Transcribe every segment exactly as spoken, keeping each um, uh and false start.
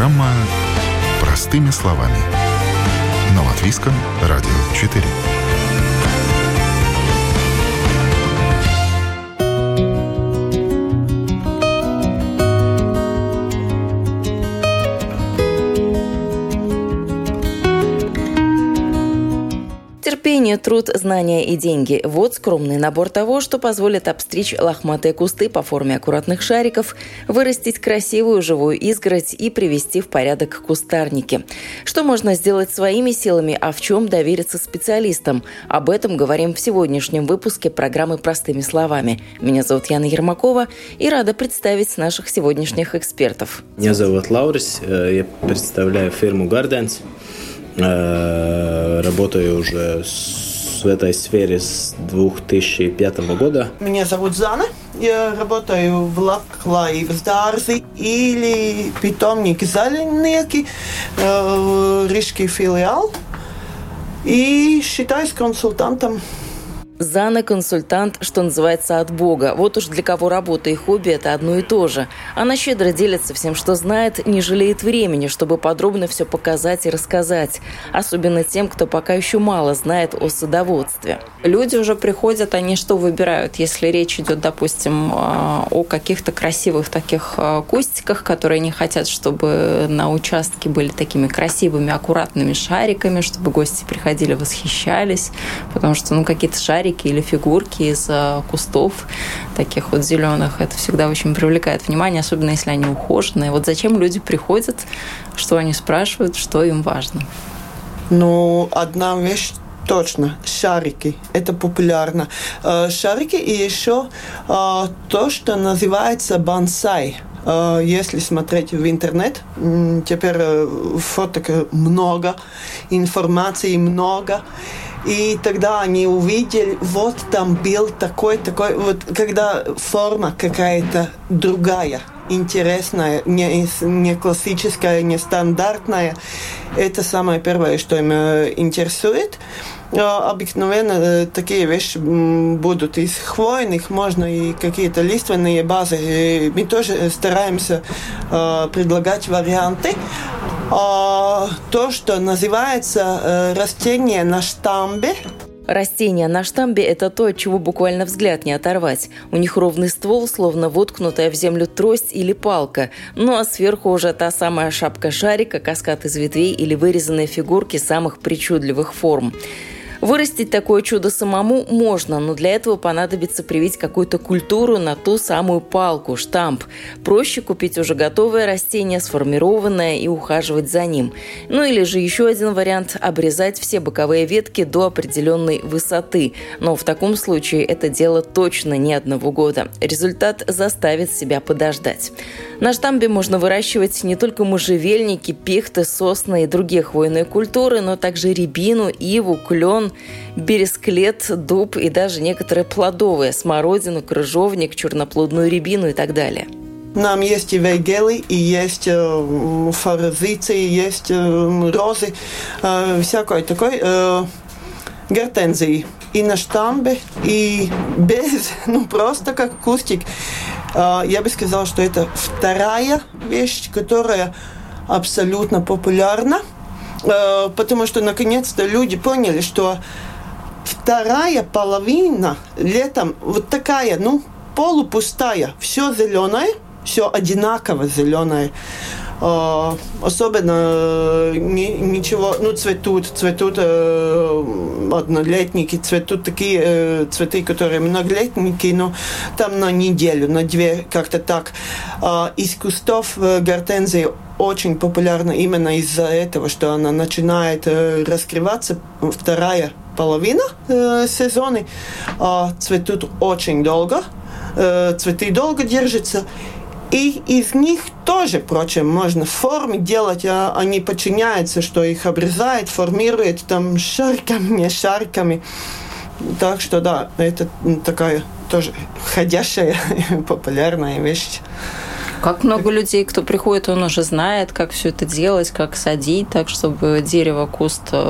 Программа «Простыми словами» на Латвийском радио четыре. Терпение, труд, знания и деньги – вот скромный набор того, что позволит обстричь лохматые кусты по форме аккуратных шариков, вырастить красивую живую изгородь и привести в порядок кустарники. Что можно сделать своими силами, а в чем довериться специалистам? Об этом говорим в сегодняшнем выпуске программы «Простыми словами». Меня зовут Яна Ермакова и рада представить наших сегодняшних экспертов. Меня зовут Лаурис, я представляю фирму Gardens. Работаю уже в этой сфере с две тысячи пятого года. Меня зовут Зана. Я работаю в Labklājības dārzi или питомник Zaļnieki, рижский филиал. И считаюсь консультантом. Зана – консультант, что называется, от Бога. Вот уж для кого работа и хобби – это одно и то же. Она щедро делится всем, что знает, не жалеет времени, чтобы подробно все показать и рассказать. Особенно тем, кто пока еще мало знает о садоводстве. Люди уже приходят, они что выбирают? Если речь идет, допустим, о каких-то красивых таких кустиках, которые не хотят, чтобы на участке были такими красивыми, аккуратными шариками, чтобы гости приходили, восхищались, потому что, ну, какие-то шарики или фигурки из кустов таких вот зеленых. Это всегда очень привлекает внимание, особенно если они ухоженные. Вот зачем люди приходят, что они спрашивают, что им важно? Ну, одна вещь точно. Шарики. Это популярно. Шарики и еще то, что называется бонсай. Если смотреть в интернет, теперь фоток много, информации много. И тогда они увидели, вот там был такой, такой, вот когда форма какая-то другая, интересная, не, не классическая, не стандартная. Это самое первое, что им интересует. Обыкновенно такие вещи будут из хвойных, можно и какие-то лиственные базы. Мы тоже стараемся предлагать варианты. То, что называется растение на штамбе. Растения на штамбе – это то, от чего буквально взгляд не оторвать. У них ровный ствол, словно воткнутая в землю трость или палка. Ну а сверху уже та самая шапка шарика, каскад из ветвей или вырезанные фигурки самых причудливых форм. Вырастить такое чудо самому можно, но для этого понадобится привить какую-то культуру на ту самую палку, штамп. Проще купить уже готовое растение, сформированное, и ухаживать за ним. Ну или же еще один вариант – обрезать все боковые ветки до определенной высоты. Но в таком случае это дело точно не одного года. Результат заставит себя подождать. На штамбе можно выращивать не только можжевельники, пихты, сосны и другие хвойные культуры, но также рябину, иву, клен, бересклет, дуб и даже некоторые плодовые – смородину, крыжовник, черноплодную рябину и так далее. Нам есть и вейгелы, и есть э, форзиции, есть э, розы, э, всякой такой э, гортензии. И на штамбе, и без, ну просто как кустик. Э, я бы сказала, что это вторая вещь, которая абсолютно популярна. Потому что, наконец-то, люди поняли, что вторая половина летом вот такая, ну, полупустая, все зеленое, все одинаково зеленое. Особенно ничего, ну, цветут, цветут э, однолетники, цветут такие э, цветы, которые многолетники, но там на неделю, на две, как-то так. Э, из кустов э, гортензии очень популярна именно из-за этого, что она начинает э, раскрываться вторая половина э, сезона. Э, цветут очень долго, э, цветы долго держатся. И из них тоже, впрочем, можно формы делать, а они подчиняются, что их обрезает, формирует там шариками, не шариками. Так что да, это такая тоже ходящая популярная вещь. Как много людей, кто приходит, он уже знает, как все это делать, как садить, так, чтобы дерево, куст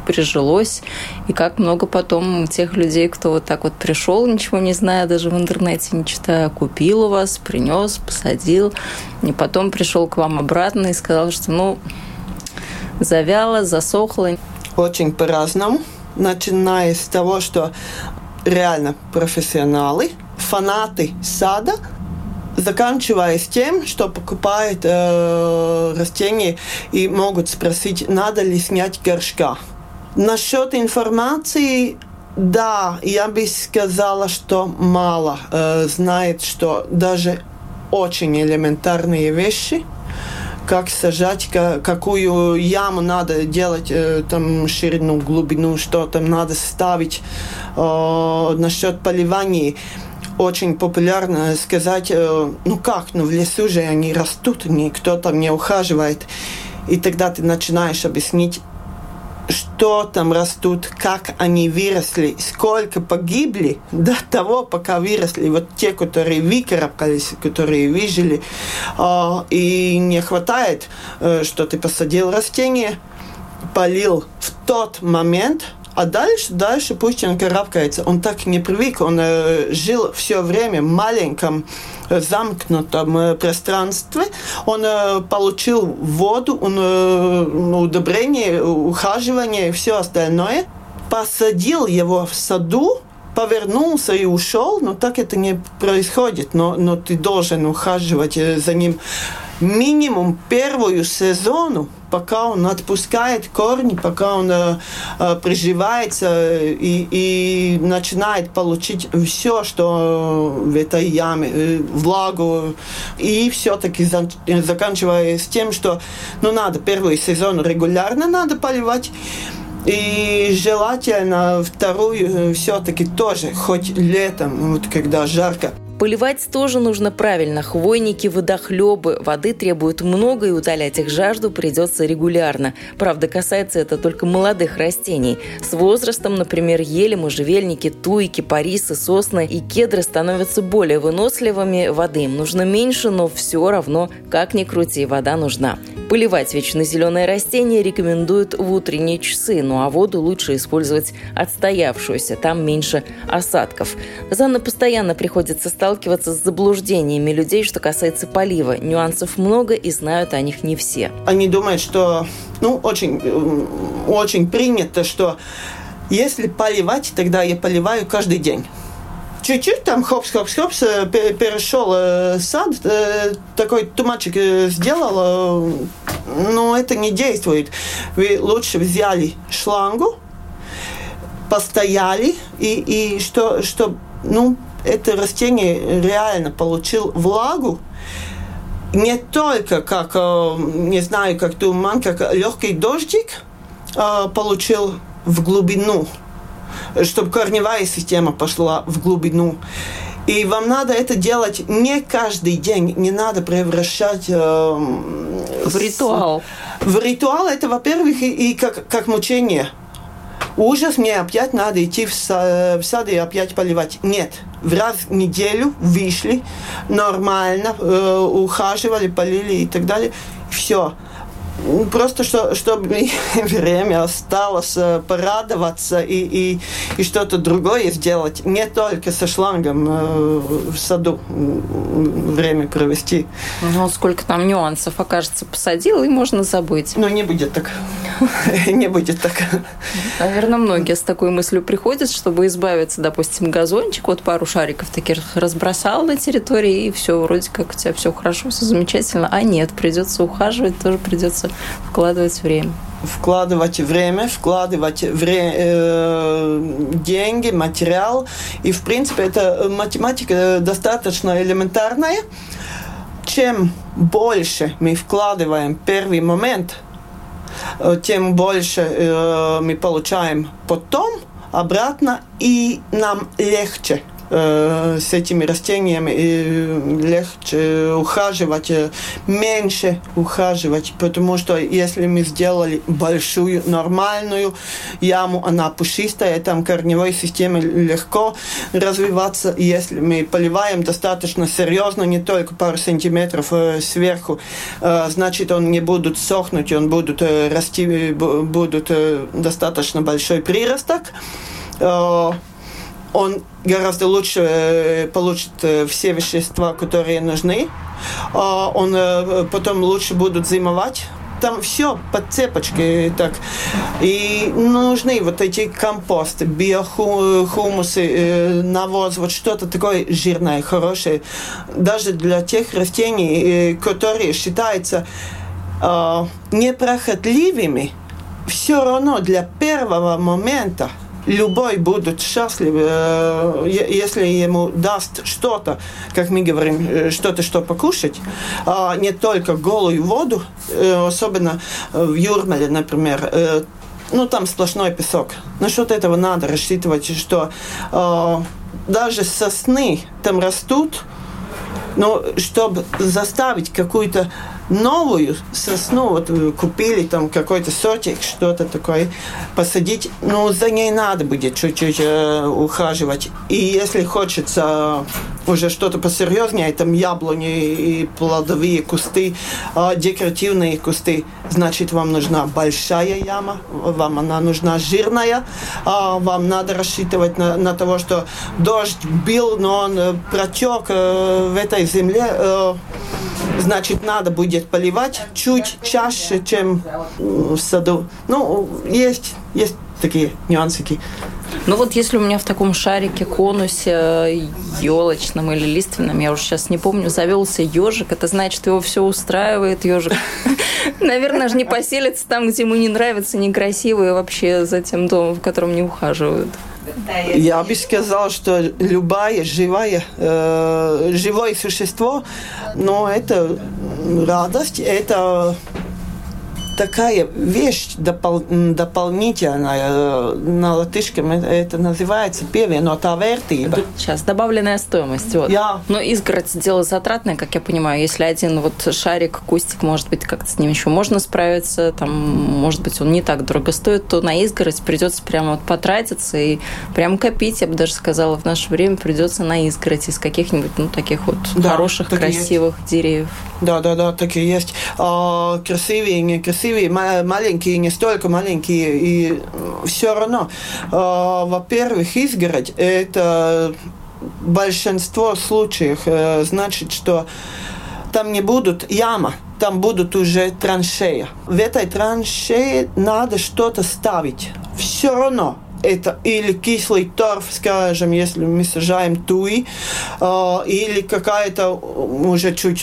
прижилось, и как много потом тех людей, кто вот так вот пришел, ничего не зная, даже в интернете не читая, купил у вас, принес, посадил, и потом пришел к вам обратно и сказал, что, ну, завяло, засохло. Очень по-разному, начиная с того, что реально профессионалы, фанаты сада, заканчивая с тем, что покупают э, растения и могут спросить, надо ли снять горшка. Насчет информации, да, я бы сказала, что мало э, знает, что даже очень элементарные вещи, как сажать, какую яму надо делать, там, ширину, глубину, что там надо ставить. Э, насчет поливания очень популярно сказать, э, ну как, ну в лесу же они растут, никто там не ухаживает. И тогда ты начинаешь объяснить, что там растут, как они выросли, сколько погибли до того, пока выросли. Вот те, которые выкарабкались, которые выжили, э, и не хватает, э, что ты посадил растение, полил в тот момент, а дальше, дальше пусть он карабкается. Он так не привык, он э, жил все время в маленьком э, замкнутом э, пространстве. Он э, получил воду, он, э, удобрение, ухаживание и все остальное. Посадил его в саду, повернулся и ушел, но так это не происходит. Но, но ты должен ухаживать э, за ним минимум первую сезону, пока он отпускает корни, пока он э, э, приживается и, и начинает получить все, что в этой яме, э, влагу. И все-таки за, заканчивая с тем, что ну, надо первый сезон регулярно надо поливать. И желательно вторую все-таки тоже, хоть летом, вот когда жарко. Поливать тоже нужно правильно. Хвойники, водохлебы. Воды требуют много, и утолять их жажду придется регулярно. Правда, касается это только молодых растений. С возрастом, например, ели, можжевельники, туи, кипарисы, сосны и кедры становятся более выносливыми. Воды им нужно меньше, но все равно, как ни крути, вода нужна. Поливать вечно зеленые растения рекомендуют в утренние часы, ну а воду лучше использовать отстоявшуюся, там меньше осадков. Занна постоянно приходится сталкиваться с заблуждениями людей, что касается полива. Нюансов много, и знают о них не все. Они думают, что ну, очень, очень принято, что если поливать, тогда я поливаю каждый день. Чуть-чуть там хопс-хопс-хопс, перешел э, сад, э, такой тумачик э, сделал, э, но это не действует. Вы лучше взяли шлангу, постояли, и, и что, что ну, это растение реально получило влагу, не только как, э, не знаю, как туман, как легкий дождик э, получил в глубину, чтобы корневая система пошла в глубину. И вам надо это делать не каждый день, не надо превращать э, в ритуал. С, в ритуал это, во-первых, и, и как, как мучение. Ужас, мне опять надо идти в, в сад и опять поливать. Нет, в раз в неделю вышли, нормально, э, ухаживали, полили и так далее. Все. Просто что, чтобы время осталось порадоваться и, и, и что-то другое сделать. Не только со шлангом э, в саду время провести. Ну, сколько там нюансов, окажется, посадил, и можно забыть. Ну, не будет так. Не будет так. Наверное, многие с такой мыслью приходят, чтобы избавиться, допустим, газончик, вот пару шариков таких разбросал на территории, и все, вроде как у тебя все хорошо, все замечательно. А нет, придется ухаживать, тоже придется вкладывать время. Вкладывать время, вкладывать вре- э, деньги, материал. И, в принципе, эта математика достаточно элементарная. Чем больше мы вкладываем в первый момент, тем больше э, мы получаем потом обратно, и нам легче э, с этими растениями и легче ухаживать, меньше ухаживать, потому что если мы сделали большую нормальную яму, она пушистая, там корневой системе легко развиваться. Если мы поливаем достаточно серьезно, не только пару сантиметров э, сверху, э, значит, он не будет сохнуть, он будет э, расти, будут э, достаточно большой приросток. Э, он гораздо лучше э, получит э, все вещества, которые нужны. Э, он э, потом лучше будет зимовать. Там все по цепочке так. И нужны вот эти компосты, биохумусы, навоз, вот что-то такое жирное, хорошее. Даже для тех растений, которые считаются э, непроходливыми, все равно для первого момента любой будет счастлив, если ему даст что-то, как мы говорим, что-то, что покушать, а не только голую воду, особенно в Юрмале, например, ну, там сплошной песок. Насчет этого надо рассчитывать, что даже сосны там растут, но чтобы заставить какую-то новую сосну, вот купили там какой-то сортик, что-то такое, посадить, ну, за ней надо будет чуть-чуть э, ухаживать. И если хочется уже что-то посерьезнее, там яблони и плодовые кусты, э, декоративные кусты, значит, вам нужна большая яма, вам она нужна жирная, э, вам надо рассчитывать на, на то, что дождь бил, но он протек э, в этой земле, э, значит, надо будет поливать чуть чаще, чем в саду. Ну, есть, есть такие нюансики. Ну вот если у меня в таком шарике, конусе, елочном или лиственном, я уже сейчас не помню, завелся ежик, это значит, его все устраивает, ежик. Наверное, же не поселится там, где ему не нравится, некрасиво, и вообще за тем домом, в котором не ухаживают. Я бы сказал, что любое живое, э, живое существо, но это радость, это такая вещь допол- дополнительная. На латышском это называется пievienotā vērtība. Сейчас добавленная стоимость. Вот. Я... Но изгородь дело затратное, как я понимаю. Если один вот шарик, кустик, может быть, как-то с ним еще можно справиться, там, может быть, он не так дорого стоит, то на изгородь придется прямо вот потратиться и прям копить, я бы даже сказала, в наше время придется на изгородь из каких-нибудь, ну, таких вот да, хороших, красивых есть. Деревьев. Да, да, да, так и есть. А, красивые, некрасивые, маленькие, не столько маленькие, и все равно. А, во-первых, изгородь – это большинство случаев э, значит, что там не будут яма, там будут уже траншеи. В этой траншее надо что-то ставить. Все равно. Это или кислый торф, скажем, если мы сажаем туи, э, или какая-то уже чуть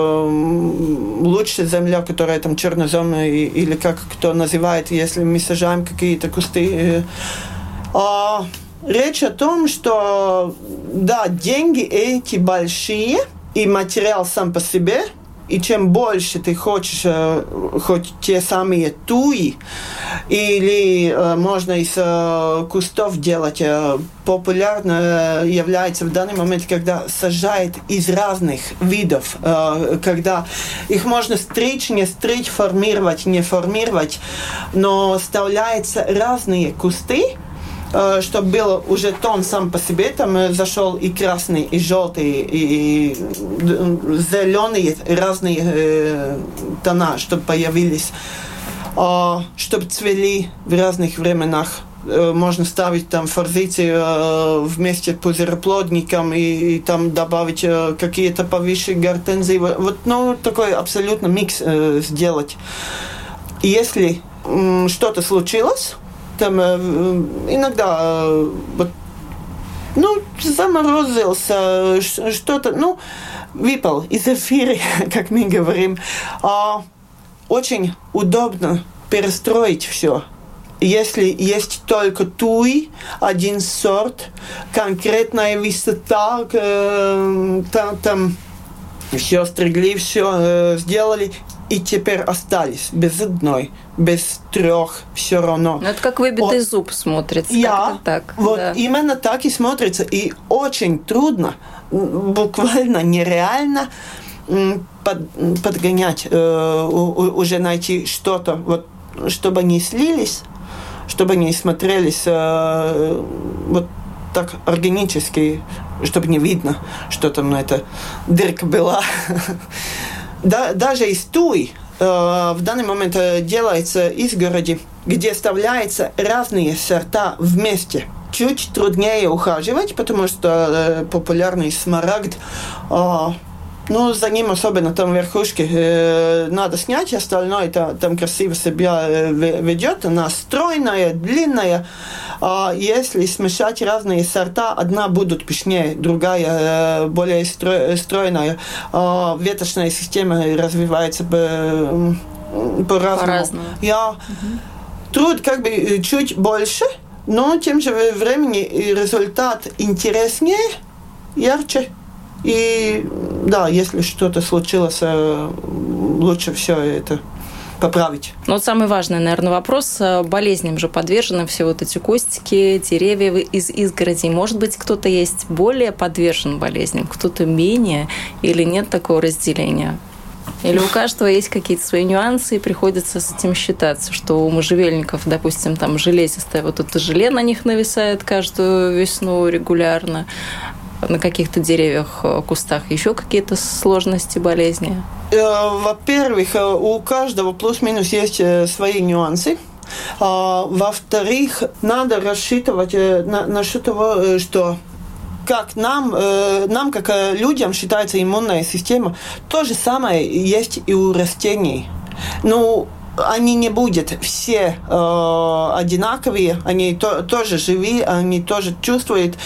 э, лучше земля, которая там черноземная, или как кто называет, если мы сажаем какие-то кусты. Э, э, речь о том, что да, деньги эти большие, и материал сам по себе. И чем больше ты хочешь, э, хоть те самые туи, или э, можно из э, кустов делать, э, популярно э, является в данный момент, когда сажают из разных видов, э, когда их можно стричь, не стричь, формировать, не формировать, но вставляются разные кусты, чтобы был уже тон сам по себе, там зашел и красный, и желтый, и зеленые, разные э, тона, чтобы появились, э, чтобы цвели в разных временах. Э, можно ставить там форзиции э, вместе с пузыроплодником и, и там добавить э, какие-то повыше гортензии. Вот, ну, такой абсолютно микс э, сделать. И если э, что-то случилось, там э, иногда э, вот, ну, заморозился, что-то, ну, выпал из эфира, как мы говорим. А, очень удобно перестроить все. Если есть только туи, один сорт, конкретная высота, э, там, там все стригли, все э, сделали, и теперь остались без одной, без трех, все равно. Ну, это как выбитый вот. Зуб смотрится. Я, так. Вот да. именно так и смотрится. И очень трудно, буквально нереально под, подгонять, э, уже найти что-то, вот, чтобы они слились, чтобы они смотрелись э, вот так органически, чтобы не видно, что там на эта дырка была. Да, даже из туи э, в данный момент делается изгороди, где вставляются разные сорта вместе. Чуть труднее ухаживать, потому что э, популярный смарагд, э, ну, за ним особенно там верхушки э, надо снять, остальное там, там красиво себя э, ведет. Она стройная, длинная. А если смешать разные сорта, одна будет пышнее, другая э, более строй, стройная. А веточная система развивается по, по-разному. По-разному. Я, угу. Труд как бы чуть больше, но тем же времени результат интереснее, ярче. И да, если что-то случилось, лучше все это поправить. Ну, вот самый важный, наверное, вопрос. Болезням же подвержены все вот эти кустики, деревья из изгородей. Может быть, кто-то есть более подвержен болезням, кто-то менее, или нет такого разделения? Или у каждого есть какие-то свои нюансы, и приходится с этим считаться, что у можжевельников, допустим, там железистое, вот это желе на них нависает каждую весну регулярно, на каких-то деревьях, кустах еще какие-то сложности, болезни? Во-первых, у каждого плюс-минус есть свои нюансы. Во-вторых, надо рассчитывать насчет того, что как нам, нам, как людям, считается иммунная система, то же самое есть и у растений. Ну, они не будут все э, одинаковые, они то, тоже живы, они тоже чувствуют,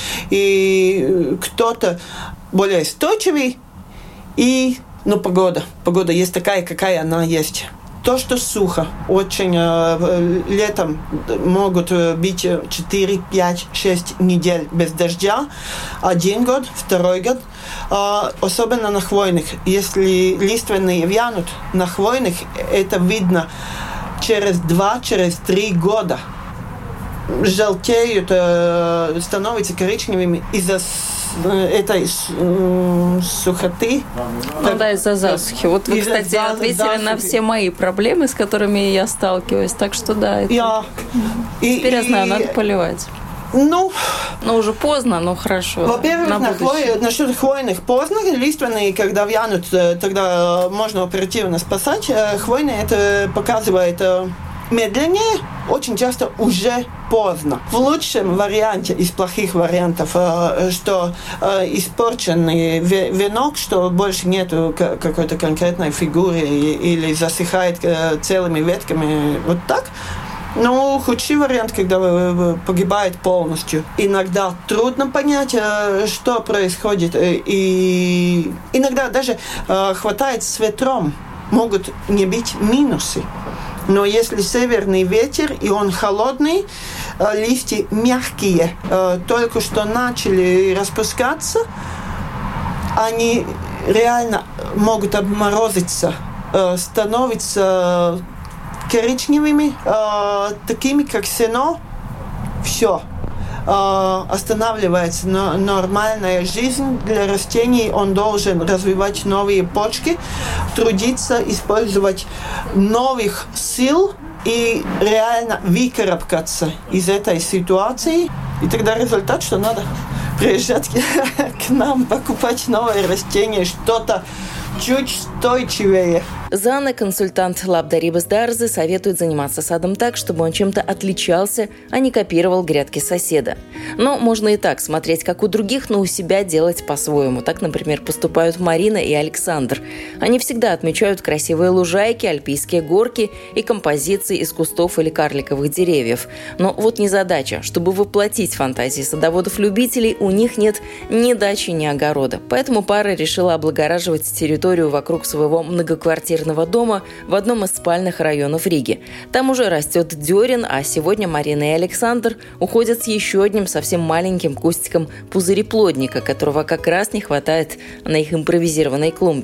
и кто-то более устойчивый, и, ну, погода, погода есть такая, какая она есть. То, что сухо, очень э, летом могут быть четыре, пять, шесть недель без дождя, один год, второй год, э, особенно на хвойных. Если лиственные вянут на хвойных, это видно через два, через три года. Желтеют, э, становятся коричневыми из-за этой э, сухоты. Ну да, из-за засухи. Вот вы, из-за кстати, ответили засухи. На все мои проблемы, с которыми я сталкиваюсь. Так что да, это... я... теперь и, я знаю, и... надо поливать. Ну, ну, уже поздно, но хорошо. Во-первых, на, на хвой, насчет хвойных поздно, лиственные, когда вянут, тогда можно оперативно спасать. Хвойные это показывает медленнее, очень часто уже поздно. В лучшем варианте из плохих вариантов, что испорченный венок, что больше нету какой-то конкретной фигуры или засыхает целыми ветками, вот так. Ну, худший вариант, когда погибает полностью. Иногда трудно понять, что происходит. И иногда даже хватает с ветром. Могут не быть минусы. Но если северный ветер, и он холодный, листья мягкие, только что начали распускаться, они реально могут обморозиться, становятся коричневыми, э, такими как сено, все, э, останавливается но, нормальная жизнь для растений. Он должен развивать новые почки, трудиться, использовать новых сил и реально выкарабкаться из этой ситуации. И тогда результат, что надо приезжать к нам, покупать новые растения, что-то чуть устойчивее. Зана, консультант Лабдарибас Дарзы, советует заниматься садом так, чтобы он чем-то отличался, а не копировал грядки соседа. Но можно и так смотреть, как у других, но у себя делать по-своему. Так, например, поступают Марина и Александр. Они всегда отмечают красивые лужайки, альпийские горки и композиции из кустов или карликовых деревьев. Но вот незадача. Чтобы воплотить фантазии садоводов-любителей, у них нет ни дачи, ни огорода. Поэтому пара решила облагораживать территорию вокруг своего многоквартирного дома в одном из спальных районов Риги. Там уже растет дерен, а сегодня Марина и Александр уходят с еще одним совсем маленьким кустиком пузыреплодника, которого как раз не хватает на их импровизированной клумбе.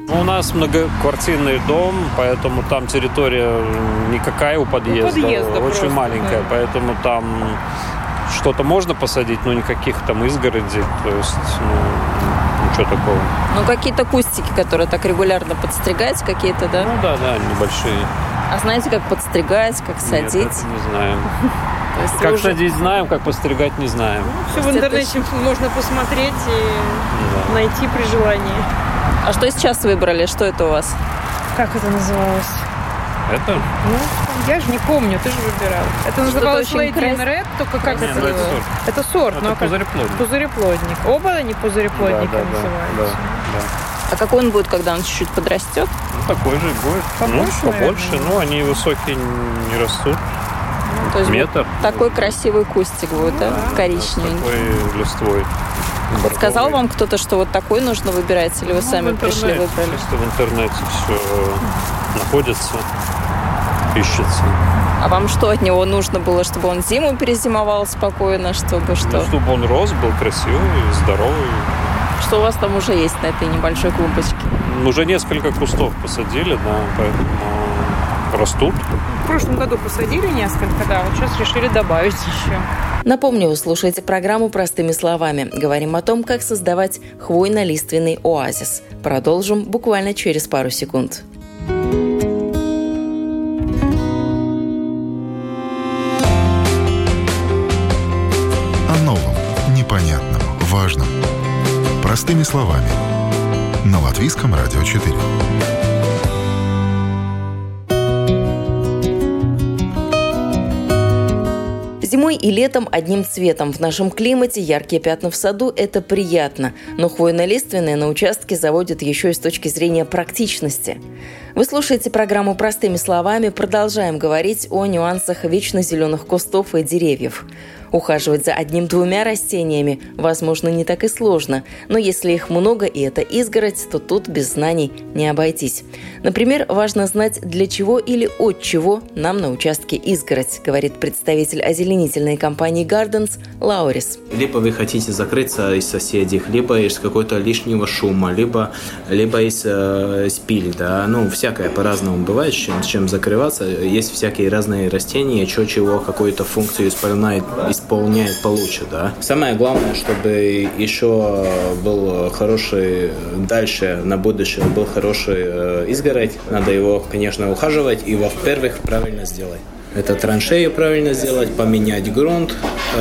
У нас многоквартирный дом, поэтому там территория никакая у подъезда, у подъезда очень просто, маленькая, да. Поэтому там что-то можно посадить, но никаких там изгородей, то есть ну, ничего такого. Ну, какие-то кустики, которые так регулярно подстригать, какие-то, да? Ну да, да, небольшие. А знаете, как подстригать, как садить? Нет, это не знаем. Как уже... садить знаем, как постригать не знаем. Все в интернете это... можно посмотреть и да. найти при желании. А что сейчас выбрали? Что это у вас? Как это называлось? Это? Ну, я же не помню, ты же выбирал. Это называлось Lady in Red, только как Нет, это? Ну, это сорт. Это сорт, это но пузыреплодник. Пузыреплодник. Оба они пузыреплодника да, да, называются. Да, да. А какой он будет, когда он чуть-чуть подрастет? Ну, такой же будет. Побольше, ну, побольше. наверное. Ну, они высокие не растут. То есть метр. Такой красивый кустик будет, да? да? Коричневенький. Такой листвой. Подсказал вам кто-то, что вот такой нужно выбирать, или вы ну, сами пришли выбрали? Просто в интернете все находится, ищется. А вам что от него нужно было, чтобы он зиму перезимовал спокойно, чтобы что? Ну, чтобы он рос, был красивый, здоровый. Что у вас там уже есть на этой небольшой клумбочке? Уже несколько кустов посадили, да, поэтому растут. В прошлом году посадили несколько, да, вот сейчас решили добавить еще. Напомню, вы слушаете программу «Простыми словами». Говорим о том, как создавать хвойно-лиственный оазис. Продолжим буквально через пару секунд. О новом, непонятном, важном. Простыми словами. На Латвийском радио четыре. Зимой и летом одним цветом. В нашем климате яркие пятна в саду – это приятно. Но хвойно-лиственные на участке заводят еще и с точки зрения практичности. Вы слушаете программу «Простыми словами». Продолжаем говорить о нюансах вечно зеленых кустов и деревьев. Ухаживать за одним-двумя растениями, возможно, не так и сложно, но если их много и это изгородь, то тут без знаний не обойтись. Например, важно знать, для чего или от чего нам на участке изгородь, говорит представитель озеленительной компании Gardens Лаурис. Либо вы хотите закрыться из соседей, либо из какого-то лишнего шума, либо, либо из, э, из пыли, да, ну, всякое по-разному бывает, чем, чем закрываться. Есть всякие разные растения, что чего, какую-то функцию исполняет, исполняет получше, да. Самое главное, чтобы еще был хороший, дальше на будущее был хороший э, изгородь, надо его, конечно, ухаживать и, во-первых, правильно сделать. Это траншею правильно сделать, поменять грунт,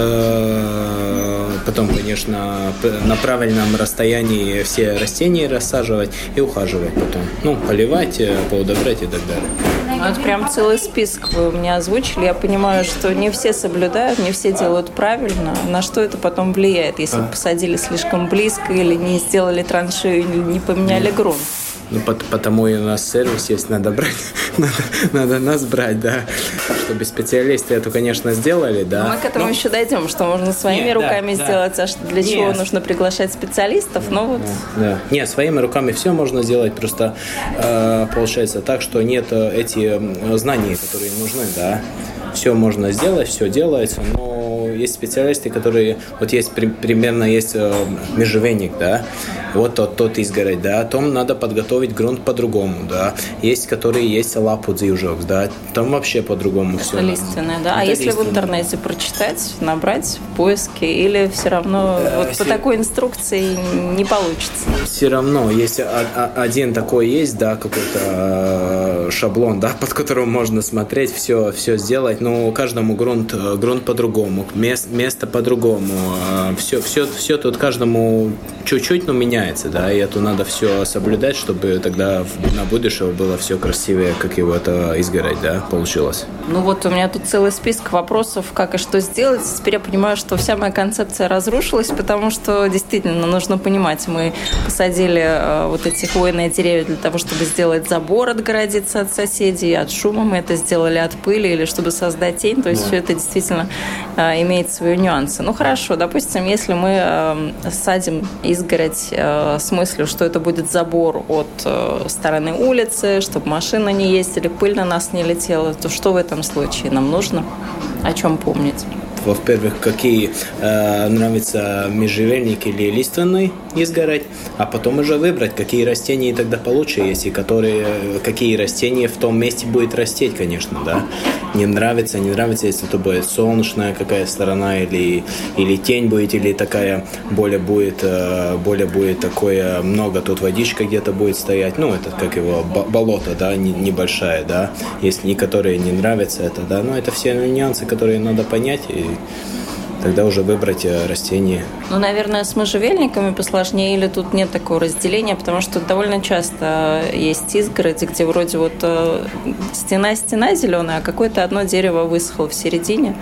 потом, конечно, на правильном расстоянии все растения рассаживать и ухаживать потом. Ну, поливать, поудобрять и так далее. Ну, это прям целый список вы мне озвучили. Я понимаю, что не все соблюдают, не все делают правильно. На что это потом влияет, если вы посадили слишком близко или не сделали траншею, или не поменяли грунт? Ну, потому и у нас сервис есть, надо брать, надо, надо нас брать, да. Чтобы специалисты это, конечно, сделали, да. Но мы к этому но... еще дойдем, что можно своими Нет, руками да, сделать, да. а для Нет. чего нужно приглашать специалистов, ну вот. Да, да. Нет, своими руками все можно сделать, просто э, получается так, что нет эти знаний, которые нужны, да. Все можно сделать, все делается, но есть специалисты, которые, вот есть при, примерно есть э, межевенник, да, вот тот, тот изгородь, да, там надо подготовить грунт по-другому, да, есть, которые есть лапу дзюжок, да, там вообще по-другому все. Это лиственное, да, это а если лиственное. В интернете прочитать, набрать в поиске, или все равно э, вот все... по такой инструкции не получится? Все равно, есть один такой есть, да, какой-то шаблон, да, под которым можно смотреть, все, все сделать, но каждому грунт, грунт по-другому, место, место по-другому, все, все, все тут каждому чуть-чуть, но меняется, да, и это надо все соблюдать, чтобы тогда на будущее было все красивее, как его это изгородь, да, получилось. Ну вот у меня тут целый список вопросов, как и что сделать. Теперь я понимаю, что вся моя концепция разрушилась, потому что действительно нужно понимать, мы посадили вот эти хвойные деревья для того, чтобы сделать забор, отгородиться от соседей, от шума мы это сделали, от пыли, или чтобы создать тень, то есть да. все это действительно э, имеет свои нюансы. Ну хорошо, допустим, если мы э, садим изгородь э, с мыслью, что это будет забор от э, стороны улицы, чтобы машины не ездили, пыль на нас не летела, то что в этом случае нам нужно? О чем помнить? во-первых, какие э, нравятся межжевельник или лиственный изгородь, а потом уже выбрать, какие растения тогда получше есть, и которые, какие растения в том месте будет расти, конечно, да. Не нравится, не нравится, если это будет солнечная какая сторона, или, или тень будет, или такая более будет, более будет такое много, тут водичка где-то будет стоять, ну, это как его, болото, да, небольшая, да, есть некоторые не нравятся, это, да, но это все нюансы, которые надо понять, и тогда уже выбрать растение. Ну, наверное, с можжевельниками посложнее, или тут нет такого разделения, потому что довольно часто есть изгороди, где вроде вот стена-стена зеленая, а какое-то одно дерево высохло в середине.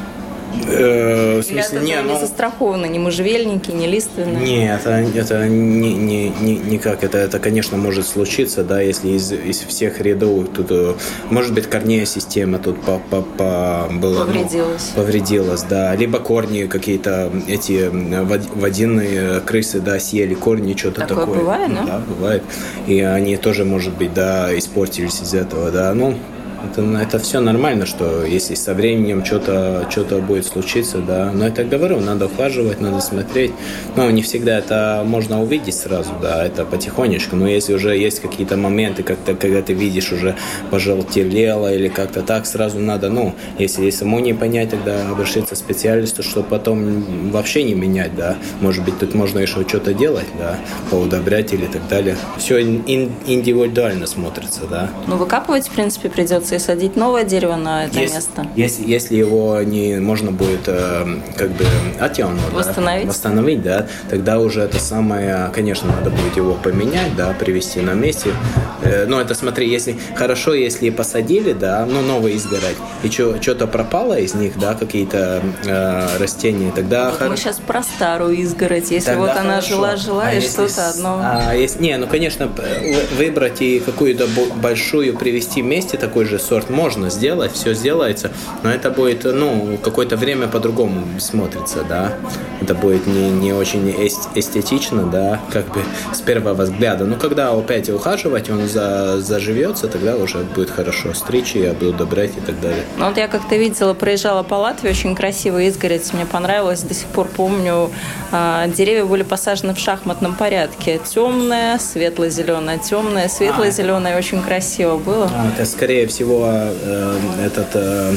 Э, в смысле, не, ну, не застрахованы ни можжевельники, ни лиственные? Нет, это, это не, не, не, никак. Это, это, конечно, может случиться, да, если из, из всех рядов тут, может быть, корневая система тут по, по, по, была, повредилась. Ну, повредилась, да. Либо корни какие-то, эти водяные крысы, да, съели корни, что-то такое. Такое бывает, да? Да, бывает. И они тоже, может быть, да, испортились из этого, да. Ну, Это, это все нормально, что если со временем что-то, что-то будет случиться, да. Но я так говорю, надо ухаживать, надо смотреть. Но не всегда это можно увидеть сразу, да, это потихонечку. Но если уже есть какие-то моменты, как-то, когда ты видишь, уже пожелтелело или как-то так, сразу надо, ну, если самому не понять, тогда обратиться к специалисту, чтобы потом вообще не менять, да. Может быть, тут можно еще что-то делать, да, поудобрять или так далее. Все ин- индивидуально смотрится, да. Ну, выкапывать, в принципе, придется и садить новое дерево на это если, место. Если, если его не можно будет э, как бы отъемно, восстановить. Да, восстановить, да, тогда уже это самое, конечно, надо будет его поменять, да, привести на месте. Э, но это смотри, если хорошо, если посадили, да, ну новый изгородь, и что-то пропало из них, да, какие-то э, растения, тогда. Вот хор... мы сейчас про старую изгородь. Если тогда вот она жила-жила а и что-то с... одно. А, если... Не, ну конечно, выбрать и какую-то большую привести вместе такой же сорт можно сделать, все сделается, но это будет, ну, какое-то время по-другому смотрится, да, это будет не, не очень эстетично, да, как бы с первого взгляда, но когда опять ухаживать, он за, заживется, тогда уже будет хорошо стричь и удобрять и так далее. Ну, вот я как-то видела, проезжала по Латвии, очень красивая изгородь, мне понравилось, до сих пор помню, деревья были посажены в шахматном порядке, темная, светло-зеленая, темная, светло-зеленая, а. Очень красиво было. А, это, скорее всего, э, этот э,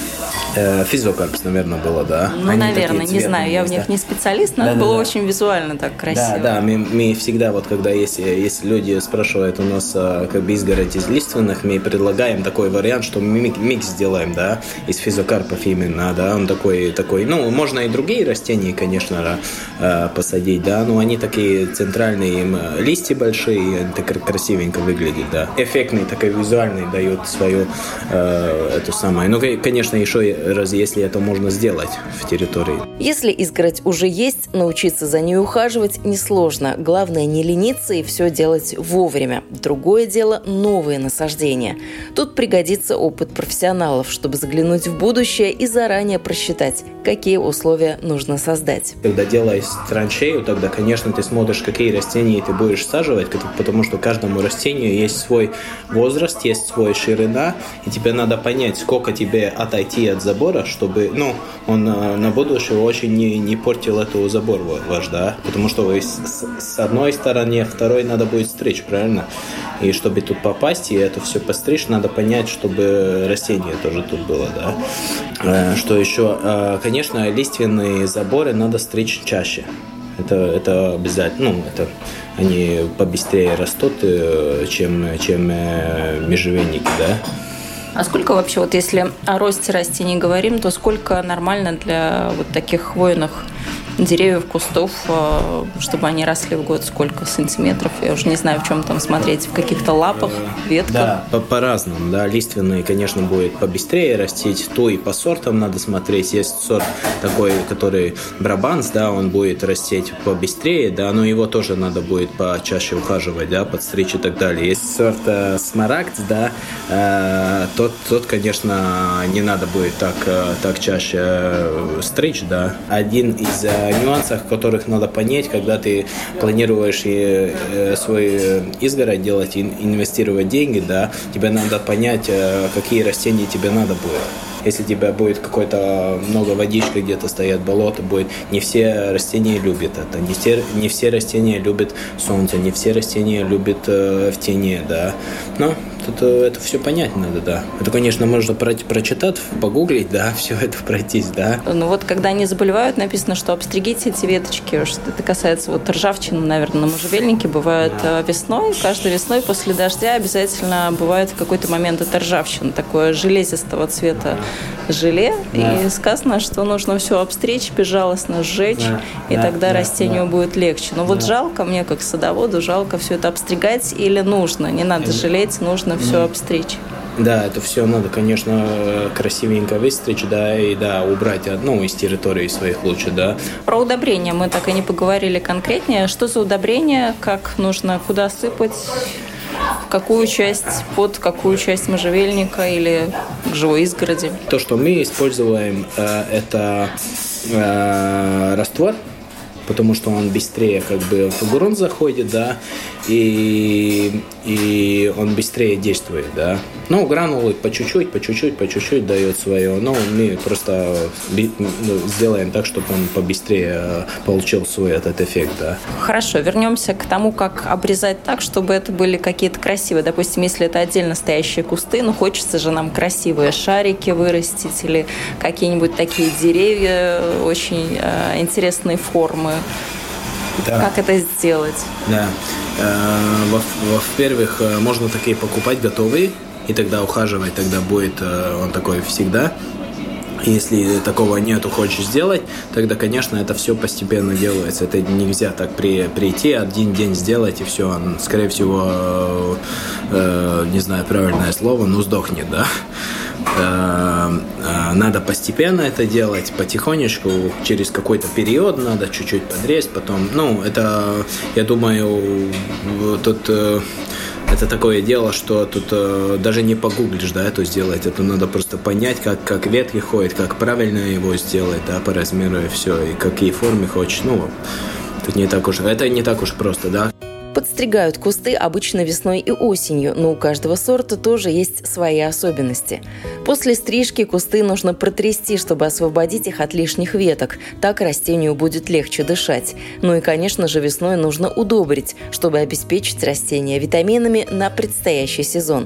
э, физокарпс, наверное, было, да? Ну, они наверное, не знаю, я в них не специалист, но да, это да, было да. очень визуально так красиво. Да, да, мы, мы всегда, вот когда есть, если люди спрашивают у нас как бы изгородь из лиственных, мы предлагаем такой вариант, что мы микс сделаем, да, из физокарпов именно, да, он такой, такой, ну, можно и другие растения, конечно, посадить, да, но они такие центральные, им листья большие, они так красивенько выглядят, да. Эффектный, такой визуальный дает свою, э, эту самую, ну, конечно, еще раз, если это можно сделать в территории. Если изгородь уже есть, научиться за ней ухаживать несложно. Главное не лениться и все делать вовремя. Другое дело – новые насаждения. Тут пригодится опыт профессионалов, чтобы заглянуть в будущее и заранее просчитать, какие условия нужно создать. Когда делаешь траншею, тогда, конечно, ты смотришь, какие растения ты будешь саживать, потому что каждому растению есть свой возраст, есть свой ширина, и тебе надо понять, сколько тебе отойти от забора, чтобы, ну, он на будущее очень не, не портил эту забор ваш, да, потому что вы с, с одной стороны, второй надо будет стричь, правильно? И чтобы тут попасть и это все постричь, надо понять, чтобы растение тоже тут было, да. Что еще? Конечно, лиственные заборы надо стричь чаще. Это, это обязательно, ну, это они побыстрее растут, чем, чем межжевельники, да. А сколько вообще, вот если о росте растений говорим, то сколько нормально для вот таких хвойных деревьев, кустов, чтобы они росли в год, сколько сантиметров? Я уже не знаю, в чем там смотреть, в каких-то лапах, ветках? Да, по- по-разному, да, лиственные, конечно, будет побыстрее растить, то и по сортам надо смотреть, есть сорт такой, который брабанс, да, он будет растить побыстрее, да, но его тоже надо будет почаще ухаживать, да, подстричь и так далее. Есть сорт э, смарагд, да, э, тот, тот, конечно, не надо будет так, так чаще стричь, да. Один из нюансов, которых надо понять, когда ты планируешь свой изгородь делать, инвестировать деньги, да, тебе надо понять, какие растения тебе надо будет. Если у тебя будет какой-то много водички, где-то стоят болота, будет не все растения любят это, не все, не все растения любят солнце, не все растения любят э, в тени, да. Но тут э, это все понять надо, да. Это, конечно, можно про- прочитать, погуглить, да, все это пройтись, да. Ну вот, когда они заболевают, написано, что обстригите эти веточки. Что это касается вот ржавчины, наверное, на можжевельнике бывает да. весной. Каждой весной после дождя обязательно бывает в какой-то момент это ржавчина, такое железистого цвета желе, да. и сказано, что нужно все обстричь, безжалостно сжечь, да. и да. тогда да. растению да. будет легче. Но да. вот жалко мне, как садоводу, жалко все это обстригать или нужно? Не надо это... жалеть, нужно да. все обстричь. Да, это все надо, конечно, красивенько выстричь, да, и да, убрать одну из территорий своих лучше, да. Про удобрения мы так и не поговорили конкретнее. Что за удобрения, как нужно, куда сыпать? В какую часть, под какую часть можжевельника или живой изгороди? То, что мы используем, это раствор, потому что он быстрее как бы в грунт заходит, да, и, и он быстрее действует, да. Ну, гранулы по чуть-чуть, по чуть-чуть, по чуть-чуть дает свое, но мы просто сделаем так, чтобы он побыстрее получил свой этот эффект, да. Хорошо, вернемся к тому, как обрезать так, чтобы это были какие-то красивые. Допустим, если это отдельно стоящие кусты, ну, хочется же нам красивые шарики вырастить или какие-нибудь такие деревья очень э, интересной формы. Да. Как это сделать? Да. Во-первых, можно такие покупать готовые, и тогда ухаживать, тогда будет он такой всегда. Если такого нету, хочешь сделать, тогда, конечно, это все постепенно делается. Это нельзя так при, прийти, один день сделать, и все. Он, скорее всего, э, не знаю правильное слово, но сдохнет, да. Надо постепенно это делать, потихонечку, через какой-то период надо чуть-чуть подрезать, потом, ну, это, я думаю, тут это такое дело, что тут даже не погуглишь, да, это сделать, это надо просто понять, как, как ветки ходят, как правильно его сделать, да, по размеру и все, и какие формы хочешь, ну, тут не так уж, это не так уж просто, да. Подстригают кусты обычно весной и осенью, но у каждого сорта тоже есть свои особенности. После стрижки кусты нужно протрясти, чтобы освободить их от лишних веток. Так растению будет легче дышать. Ну и, конечно же, весной нужно удобрить, чтобы обеспечить растения витаминами на предстоящий сезон.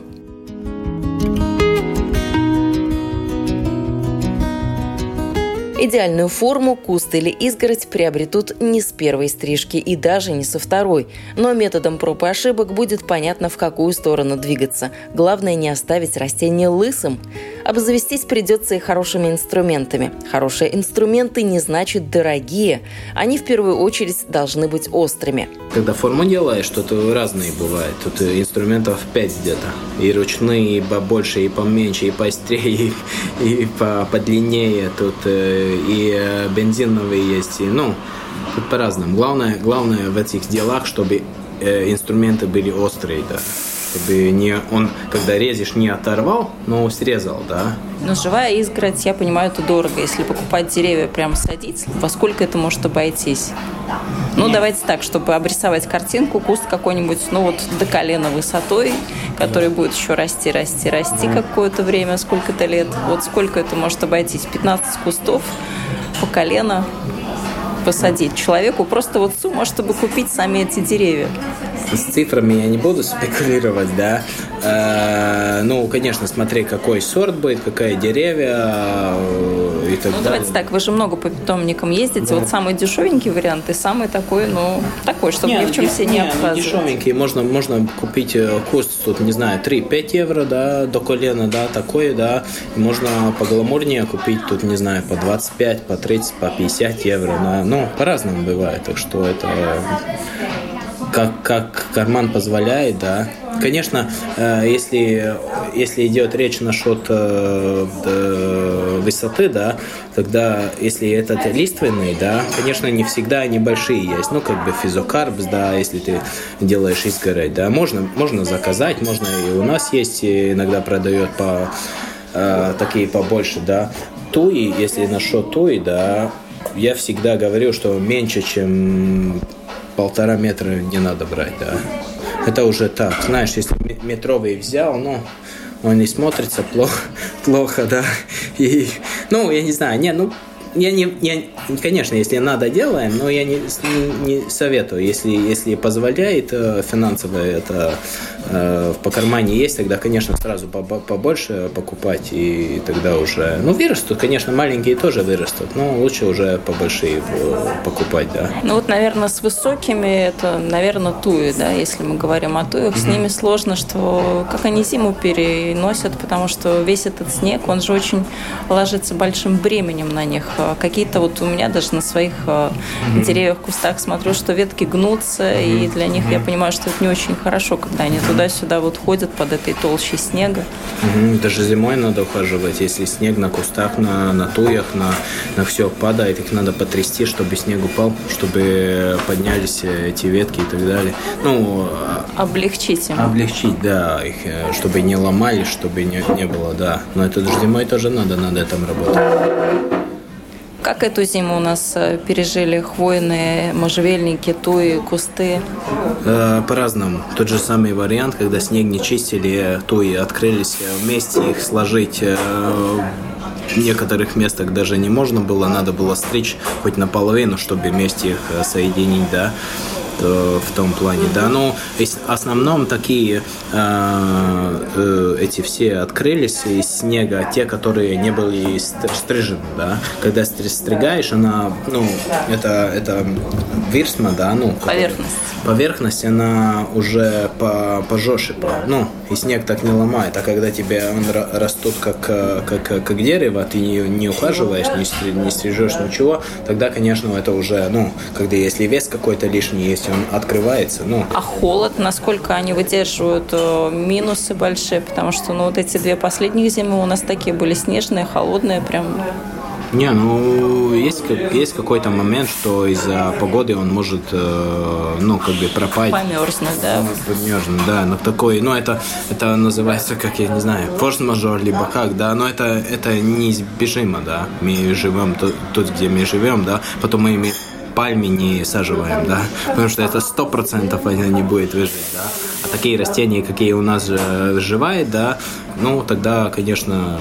Идеальную форму куст или изгородь приобретут не с первой стрижки и даже не со второй. Но методом проб и ошибок будет понятно, в какую сторону двигаться. Главное не оставить растение лысым. Обзавестись придется и хорошими инструментами. Хорошие инструменты не значит дорогие. Они в первую очередь должны быть острыми. Когда форму делаешь, тут разные бывают. Тут инструментов пять где-то. И ручные, и побольше, и поменьше, и поострее, и, и подлиннее. Тут и бензиновые есть. И, ну, тут по-разному. Главное, главное в этих делах, чтобы инструменты были острые, да. Чтобы не, он, когда резишь, не оторвал, но срезал, да. Но живая изгородь, я понимаю, это дорого. Если покупать деревья, прямо садить, во сколько это может обойтись? Ну, Нет. давайте так, чтобы обрисовать картинку, куст какой-нибудь, ну, вот до колена высотой, который будет еще расти, расти, расти какое-то время, сколько-то лет. Вот сколько это может обойтись? пятнадцать кустов по колено посадить человеку. Просто вот сумма, чтобы купить сами эти деревья. С цифрами я не буду спекулировать, да. Э, ну, конечно, смотри, какой сорт будет, какая деревья и так ну, далее. Давайте так, вы же много по питомникам ездите. Да. Вот самый дешевенький вариант и самый такой, ну, такой, чтобы не, ни в чем не, себе не, не отказывать. Дешевенький. Можно, можно купить куст, тут, не знаю, три-пять евро, да, до колена, да, такой, да. И можно погламурнее купить тут, не знаю, по двадцать пять, по тридцать, по пятьдесят евро, да. Ну, по-разному бывает, так что это... Как, как карман позволяет, да. конечно, если, если идет речь насчет высоты, да, тогда, если этот лиственный, да, конечно, не всегда они большие есть. Ну, как бы физокарбс, да, если ты делаешь изгородь, да, можно, можно заказать, можно и у нас есть, и иногда продает по, э, такие побольше, да. Туи, если насчет туи, да, я всегда говорю, что меньше, чем полтора метра не надо брать, да. Это уже так, знаешь, если метровый взял, ну, он не смотрится плохо, плохо, да, и, ну, я не знаю, не, ну, я не, я, конечно, если надо, делаем, но я не, не советую. Если, если позволяет финансово это э, по кармане есть, тогда, конечно, сразу побольше покупать, и тогда уже, ну, вырастут, конечно, маленькие тоже вырастут, но лучше уже побольше покупать, да. Ну, вот, наверное, с высокими это, наверное, туи, да, если мы говорим о туях, mm-hmm. с ними сложно, что как они зиму переносят, потому что весь этот снег, он же очень ложится большим бременем на них. Какие-то вот у меня даже на своих mm-hmm. деревьях, кустах смотрю, что ветки гнутся, mm-hmm. и для них mm-hmm. я понимаю, что это не очень хорошо, когда они mm-hmm. туда-сюда вот ходят под этой толщей снега. Mm-hmm. Даже зимой надо ухаживать, если снег на кустах, на, на туях, на, на все падает, их надо потрясти, чтобы снег упал, чтобы поднялись эти ветки и так далее. Ну, облегчить им. Облегчить, да, их, чтобы не ломали, чтобы не, не было, да. Но это зимой тоже надо над этим работать. Как эту зиму у нас пережили хвойные можжевельники, туи, кусты? Э, по-разному. Тот же самый вариант, когда снег не чистили, туи открылись, вместе их сложить э, в некоторых местах даже не можно было, надо было стричь хоть наполовину, чтобы вместе их соединить, да. В том плане, да, но в основном такие э, э, эти все открылись из снега, те, которые не были стрижены, да, когда стригаешь, она, ну, это, это вирсма, да, ну, поверхность, поверхность, она уже по, пожестче, ну, и снег так не ломает, а когда тебе он растут как, как, как дерево, ты не, не ухаживаешь, не, не стрижешь ничего, тогда, конечно, это уже, ну, когда если вес какой-то лишний есть, он открывается. Ну. А холод, насколько они выдерживают минусы большие? Потому что ну, вот эти две последние зимы у нас такие были снежные, холодные прям. Не, ну, есть, есть какой-то момент, что из-за погоды он может, э, ну, как бы пропасть. Померзнуть, да. Померзнуть, да. Но такой, ну, это, это называется, как, я не знаю, форс-мажор, либо как, да. Но это, это неизбежимо, да. Мы живем тут, тут, где мы живем, да. Потом мы ими пальмы не саживаем, да, потому что это сто процентов она не будет выжить, да. А такие растения, какие у нас выживают, да, ну, тогда, конечно,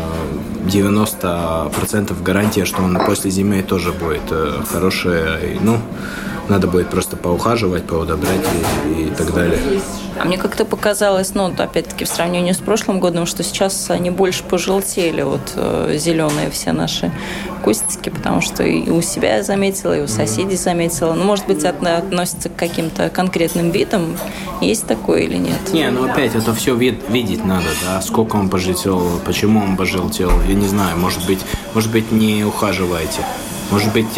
девяносто процентов гарантия, что он после зимы тоже будет хороший, ну, надо будет просто поухаживать, поудобрять и, и так далее. А мне как-то показалось, ну, опять-таки, в сравнении с прошлым годом, что сейчас они больше пожелтели, вот зеленые все наши кустики, потому что и у себя я заметила, и у соседей заметила. Ну, может быть, это относится к каким-то конкретным видам. Есть такое или нет? Не, ну, опять, это все вид, видеть надо, да, сколько он пожелтел, почему он пожелтел, я не знаю, может быть, может быть, не ухаживаете. Может быть,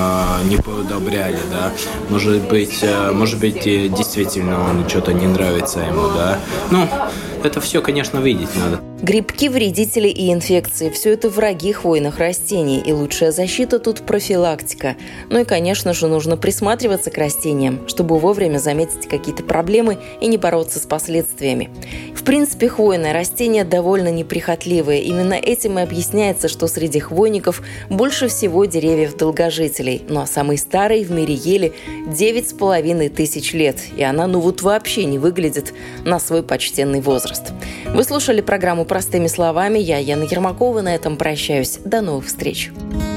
не поудобряли, да. Может быть, может быть, действительно он что-то не нравится ему, да. Ну, это все, конечно, видеть надо. Грибки, вредители и инфекции – все это враги хвойных растений, и лучшая защита тут – профилактика. Ну и, конечно же, нужно присматриваться к растениям, чтобы вовремя заметить какие-то проблемы и не бороться с последствиями. В принципе, хвойные растения довольно неприхотливые. Именно этим и объясняется, что среди хвойников больше всего деревьев-долгожителей. Ну а самой старой в мире ели девять с половиной тысяч лет, и она ну вот вообще не выглядит на свой почтенный возраст. Вы слушали программу «Простыми словами». Я, Яна Ермакова, на этом прощаюсь. До новых встреч.